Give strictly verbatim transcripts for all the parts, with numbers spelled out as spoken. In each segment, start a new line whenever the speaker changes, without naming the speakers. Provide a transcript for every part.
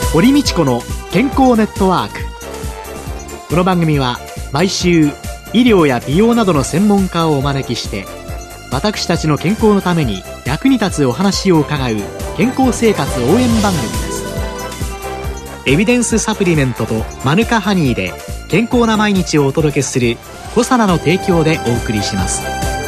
堀道子の健康ネットワーク。この番組は毎週医療や美容などの専門家をお招きして、私たちの健康のために役に立つお話を伺う健康生活応援番組です。エビデンスサプリメントとマヌカハニーで健康な毎日をお届けするコサナの提供でお送りします。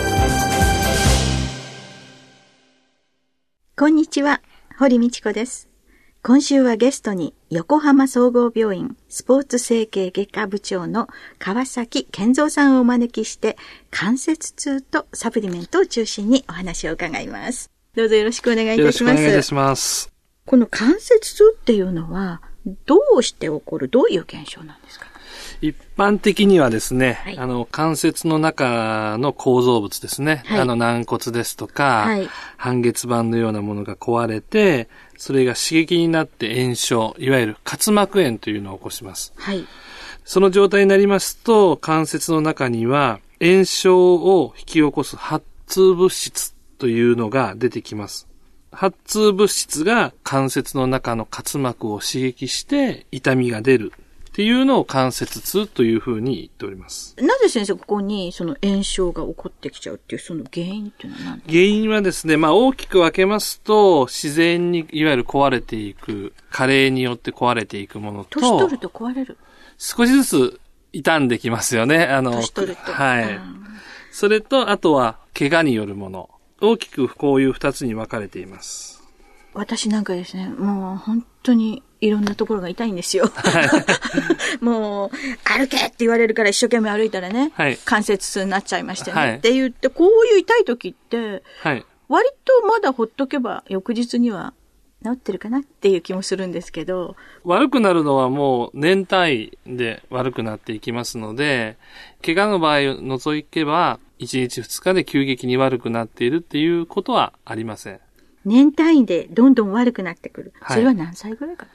こんにちは、堀道子です。今週はゲストに横浜総合病院スポーツ整形外科部長の川崎健三さんをお招きして、関節痛とサプリメントを中心にお話を伺います。どうぞよろしくお願いいたします。
よろしくお願いいたします。
この関節痛っていうのはどうして起こる、どういう現象なんですか？
一般的にはですね、
はい、
あの関節の中の構造物ですね、はい、あの軟骨ですとか、はい、半月板のようなものが壊れて、それが刺激になって炎症、いわゆる滑膜炎というのを起こします。はい、その状態になりますと、関節の中には炎症を引き起こす発痛物質というのが出てきます。発痛物質が関節の中の滑膜を刺激して痛みが出るっていうのを関節痛というふうに言っております。
なぜ先生ここにその炎症が起こってきちゃうっていうその原因っていうのは何ですか？
原因はですね、まあ大きく分けますと、自然にいわゆる壊れていく、加齢によって壊れていくものと、
年取ると壊れる。
少しずつ傷んできますよね。あの、
年取ると。
はい。それと、あとは怪我によるもの。大きくこういう二つに分かれています。
私なんかですね、もう本当にいろんなところが痛いんですよ。もう、歩けって言われるから一生懸命歩いたらね、はい、関節痛になっちゃいましてね、はい、って言って、こういう痛い時って、はい、割とまだほっとけば翌日には治ってるかなっていう気もするんですけど。
悪くなるのはもう年単位で悪くなっていきますので、怪我の場合を除けば、いちにちふつかで急激に悪くなっているっていうことはありません。
年単位でどんどん悪くなってくる。それは何歳ぐらいかな？
はい、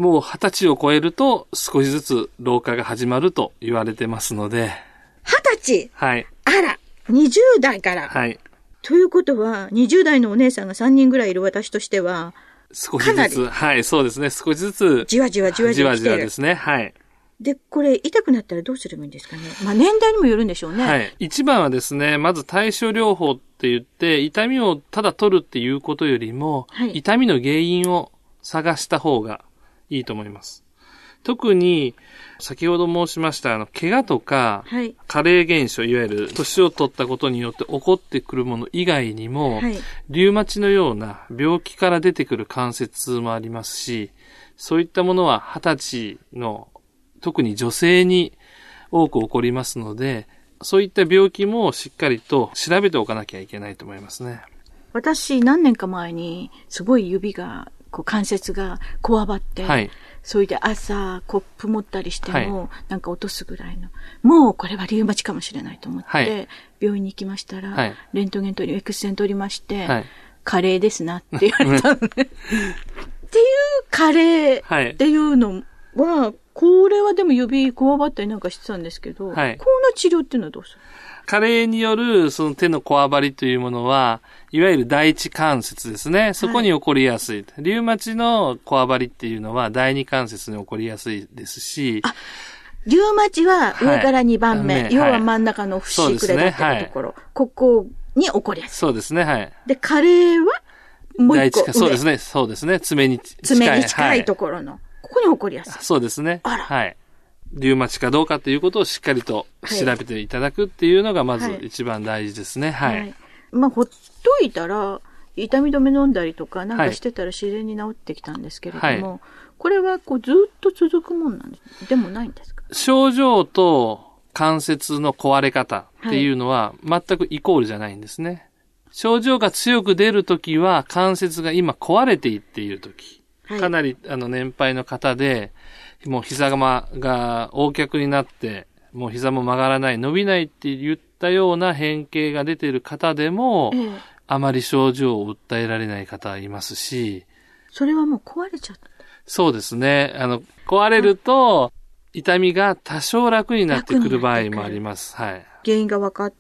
もう二十歳を超えると少しずつ老化が始まると言われてますので。
二十歳？
はい。
あら、にじゅう代から。
はい。
ということは、にじゅう代のお姉さんがさんにんぐらいいる私としては、
少しずつ、はい、そうですね。少しずつ。
じわじわじわじわ来てる。
じわじわですね。はい。
で、これ痛くなったらどうすればいいんですかね。まあ年代にもよるんでしょうね。
はい。一番はですね、まず対症療法って言って、痛みをただ取るっていうことよりも、はい、痛みの原因を探した方がいいと思います。特に、先ほど申しましたあの、怪我とか、はい、加齢現象、いわゆる年を取ったことによって起こってくるもの以外にも、はい、リウマチのような病気から出てくる関節痛もありますし、そういったものははたちの特に女性に多く起こりますので、そういった病気もしっかりと調べておかなきゃいけないと思いますね。
私何年か前にすごい指がこう関節がこわばって、はい、それで朝コップ持ったりしても、はい、なんか落とすぐらいの、もうこれはリウマチかもしれないと思って、はい、病院に行きましたら、はい、レントゲン取り、エクス線取りまして、はい、加齢ですなって言われたのね。っていう加齢っていうのは、これはでも指こわばったりなんかしてたんですけど、はい、この治療っていうのはどうする？
加齢によるその手のこわばりというものは、いわゆる第一関節ですね。そこに起こりやすい。はい、リウマチのこわばりっていうのは第二関節に起こりやすいですし、
あ、リウマチは上からにばんめ、はい、要は真ん中の節くれだったところ、ね、はい、ここに起こりやすい。
そうですね、はい。
で、加齢はもう一個上。
そうですね、そうですね。爪に近い。
爪に近いところの。はい、ここに起こりやすい。
そうですね。
あら。
はい。リウマチかどうかということをしっかりと調べていただくっていうのがまず一番大事ですね。はい。はいはい、ま
あ、ほっといたら、痛み止め飲んだりとかなんかしてたら自然に治ってきたんですけれども、はい、これはこうずっと続くもんなんです。でもないんですか？
症状と関節の壊れ方っていうのは全くイコールじゃないんですね。症状が強く出るときは関節が今壊れていっているとき、はい、かなりあの年配の方で、もう膝が横脚になって、もう膝も曲がらない、伸びないって言ったような変形が出ている方でも、ええ、あまり症状を訴えられない方いますし。
それはもう壊れちゃった？
そうですね。あの、壊れると、痛みが多少楽になってくる場合もあります。はい。
原因が分かって、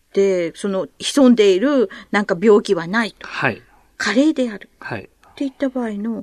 その潜んでいるなんか病気はないと。
はい。
加齢である。
はい。
っていった場合の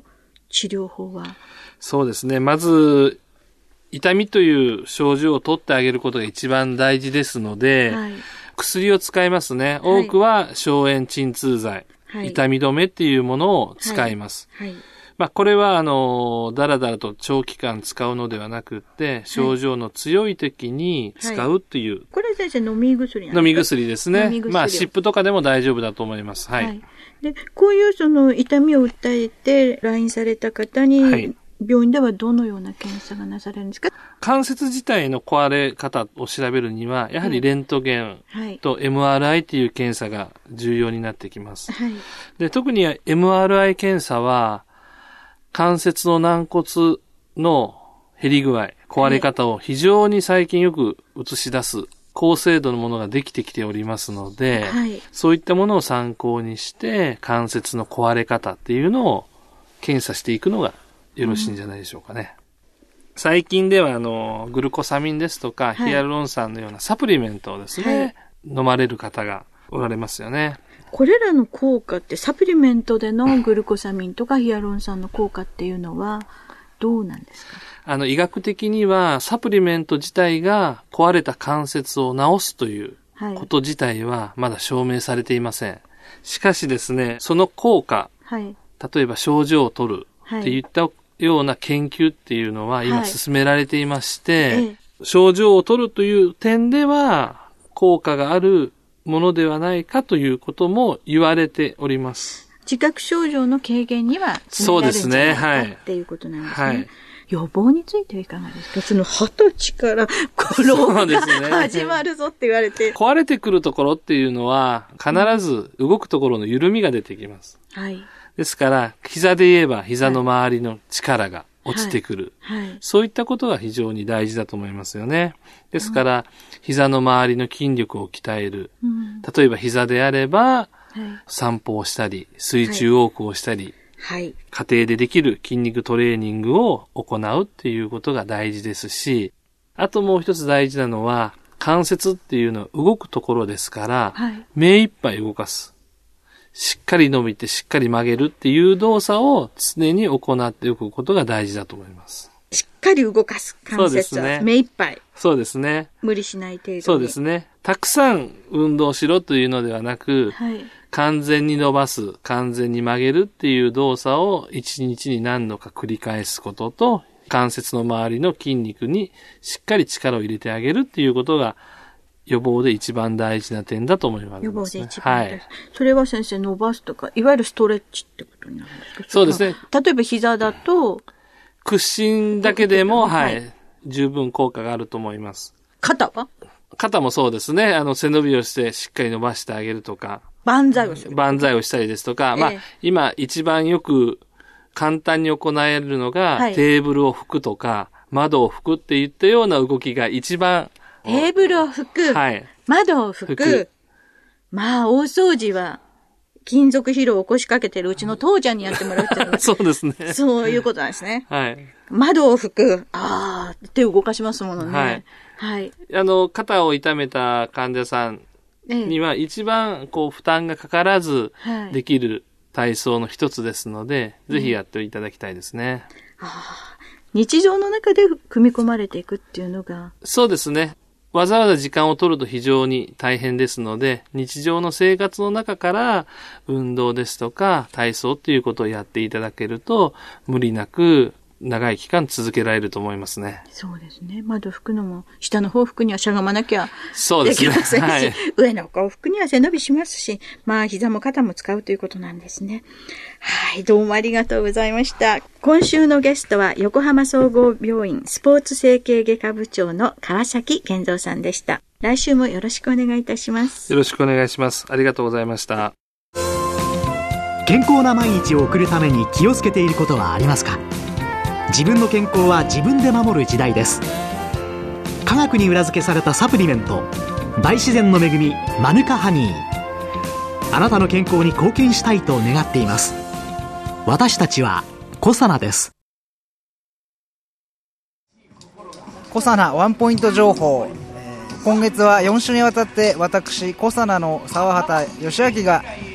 治療法は？
そうですね。まず、痛みという症状を取ってあげることが一番大事ですので、はい、薬を使いますね。多くは消炎鎮痛剤、はい、痛み止めっていうものを使います。はいはい、まあ、これは、あの、だらだらと長期間使うのではなくって、症状の強い時に使うっていう。はい、
これ先生飲み薬なんですか？
飲み薬ですね。まあ、湿布とかでも大丈夫だと思います。はい。はい、
で、こういうその痛みを訴えて来院された方に、はい、病院ではどのような検査がなされるんですか？
関節自体の壊れ方を調べるには、やはりレントゲンと エムアールアイ という検査が重要になってきます。はい、で、特に エムアールアイ 検査は、関節の軟骨の減り具合、壊れ方を非常に最近よく映し出す高精度のものができてきておりますので、はい、そういったものを参考にして関節の壊れ方っていうのを検査していくのがよろしいんじゃないでしょうかね。うん、最近ではあのグルコサミンですとか、はい、ヒアルロン酸のようなサプリメントをですね、はい、飲まれる方がおられますよね。
これらの効果ってサプリメントでのグルコサミンとかヒアルロン酸の効果っていうのはどうなんですか？
あの医学的にはサプリメント自体が壊れた関節を治すということ自体はまだ証明されていません。しかしですね、その効果、はい、例えば症状を取るっていったような研究っていうのは今進められていまして、はいええ、症状を取るという点では効果があるものではないかということも言われております。
自覚症状の軽減にはつながるんじゃないか、はい、っていうことなんですね。はい、予防についてはいかがですか？その二十歳からこ老が始まるぞって言われて。
壊れてくるところっていうのは必ず動くところの緩みが出てきます。はい。ですから、膝で言えば膝の周りの力が落ちてくる。はいはい、そういったことが非常に大事だと思いますよね。ですから、膝の周りの筋力を鍛える。うん、例えば膝であれば、はい、散歩をしたり、水中ウォークをしたり、はい、家庭でできる筋肉トレーニングを行うっていうことが大事ですし、あともう一つ大事なのは、関節っていうのは動くところですから、はい、目いっぱい動かす。しっかり伸びてしっかり曲げるっていう動作を常に行っておくことが大事だと思います。
しっかり動かす関節は、ね、目いっぱい。
そうですね。
無理しない程度に。
そうですね。たくさん運動しろというのではなく、はい、完全に伸ばす、完全に曲げるっていう動作を一日に何度か繰り返すことと、関節の周りの筋肉にしっかり力を入れてあげるっていうことが予防で一番大事な点だと思います、ね。
予防で一番大事。はい。それは先生伸ばすとか、いわゆるストレッチってことになるんですか？
そうですね。
例えば膝だと、
屈伸だけでも、はい、はい、十分効果があると思います。
肩は？
肩もそうですね。あの、背伸びをしてしっかり伸ばしてあげるとか。
万歳をする。
万歳をしたりですとか。えー、まあ、今一番よく簡単に行えるのが、はい、テーブルを拭くとか、窓を拭くっていったような動きが一番。
テーブルを拭く。はい。窓を拭く。拭くまあ、大掃除は、金属疲労を起こしかけてるうちの父ちゃんにやってもらうっていうの
そうですね。
そういうことなんですね。
はい。
窓を拭く。ああ、手を動かしますものね。はい。はい。
あの、肩を痛めた患者さんには一番こう負担がかからずできる体操の一つですので、はい、ぜひやっていただきたいですね。
うん、あ日常の中で組み込まれていくっていうのが。
そうですね。わざわざ時間を取ると非常に大変ですので、日常の生活の中から運動ですとか体操っていうことをやっていただけると、無理なく長い期間続けられると思いますね。
そうですね。窓拭くのも、下の方拭くにはしゃがまなきゃ
できませんし、ねはい、
上の方拭くには背伸びしますし、まあ膝も肩も使うということなんですね。はい、どうもありがとうございました。今週のゲストは横浜総合病院スポーツ整形外科部長の川崎健三さんでした。来週もよろしくお願いいたします。
よろしくお願いします。ありがとうございました。
健康な毎日を送るために気をつけていることはありますか？自分の健康は自分で守る時代です。科学に裏付けされたサプリメント、大自然の恵みマヌカハニー、あなたの健康に貢献したいと願っています。私たちはコサナです。
コサナワンポイント情報、今月はよん週にわたって私コサナの沢畑義明が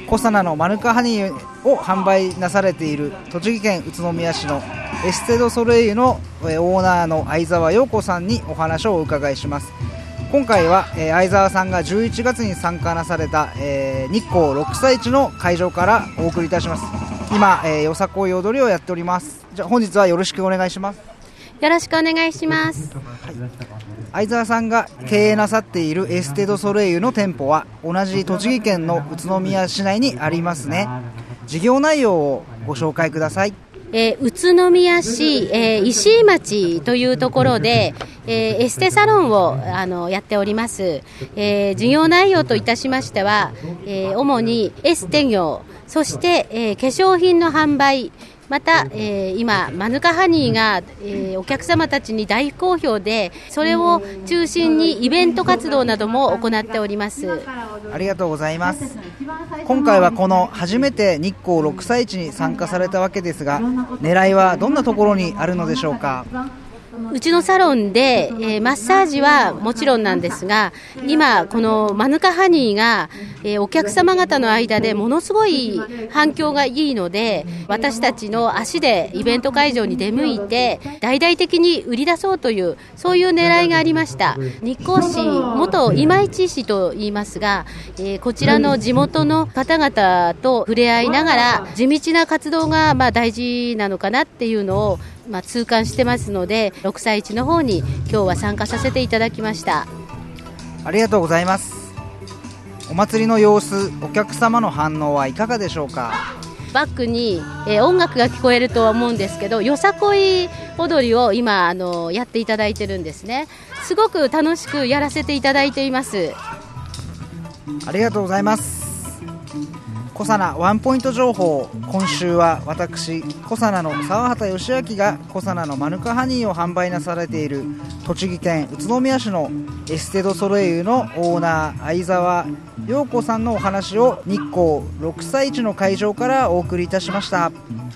コサナのマヌカハニーを販売なされている栃木県宇都宮市のエステドソレイユのオーナーの相沢陽子さんにお話をお伺いします。今回は、えー、相沢さんがじゅういちがつに参加なされた、えー、日光六斎市の会場からお送りいたします。今、えー、よさこい踊りをやっております。じゃあ本日はよろしくお願いします。
よろしくお願いします。
はい、相沢さんが経営なさっているエステドソレイユの店舗は同じ栃木県の宇都宮市内にありますね。事業内容をご紹介ください。
えー、宇都宮市、えー、石井町というところで、えー、エステサロンをあのやっております。えー、事業内容といたしましては、えー、主にエステ業、そして、えー、化粧品の販売、また、えー、今マヌカハニーが、えー、お客様たちに大好評で、それを中心にイベント活動なども行っております。
ありがとうございます。今回はこの初めて日光六斎市に参加されたわけですが、狙いはどんなところにあるのでしょうか。
うちのサロンで、えー、マッサージはもちろんなんですが、今このマヌカハニーが、えー、お客様方の間でものすごい反響がいいので、私たちの足でイベント会場に出向いて大々的に売り出そうという、そういう狙いがありました。日光市元今市市と言いますが、えー、こちらの地元の方々と触れ合いながら地道な活動がまあ大事なのかなっていうのをまあ、痛感してますので、六斎市の方に今日は参加させていただきました。
ありがとうございます。お祭りの様子、お客様の反応はいかがでしょうか。
バックに、えー、音楽が聞こえるとは思うんですけど、よさこい踊りを今あのやっていただいてるんですね。すごく楽しくやらせていただいています。
ありがとうございます。コサナワンポイント情報、今週は私コサナの沢畑義明がコサナのマヌカハニーを販売なされている栃木県宇都宮市のエステドソレイユのオーナー相沢陽子さんのお話を日光六斎市の会場からお送りいたしました。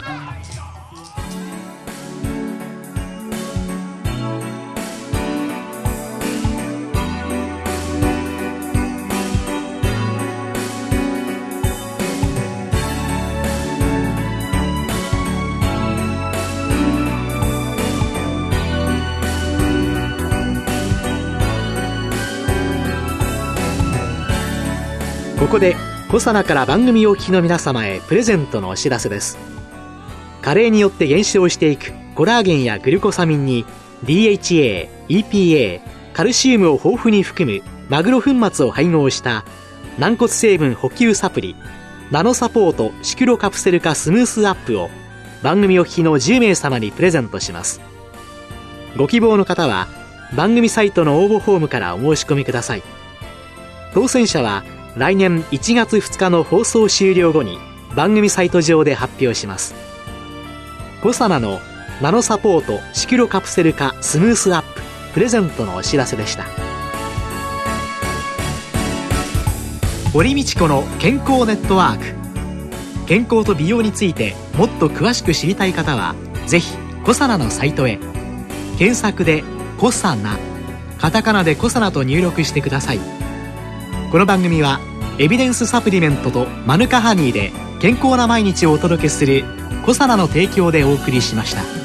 ここでコサナから番組お聞きの皆様へプレゼントのお知らせです。加齢によって減少していくコラーゲンやグルコサミンに ディーエイチエー、イーピーエー、カルシウムを豊富に含むマグロ粉末を配合した軟骨成分補給サプリナノサポートシクロカプセル化スムースアップを番組お聞きのじゅうめい様にプレゼントします。ご希望の方は番組サイトの応募フォームからお申し込みください。当選者は来年いちがつふつかの放送終了後に番組サイト上で発表します。コサナのナノサポートシクロカプセル化スムースアッププレゼントのお知らせでした。堀道子の健康ネットワーク。健康と美容についてもっと詳しく知りたい方はぜひコサナのサイトへ検索でコサナ、カタカナでコサナと入力してください。この番組はエビデンスサプリメントとマヌカハニーで健康な毎日をお届けするコサナの提供でお送りしました。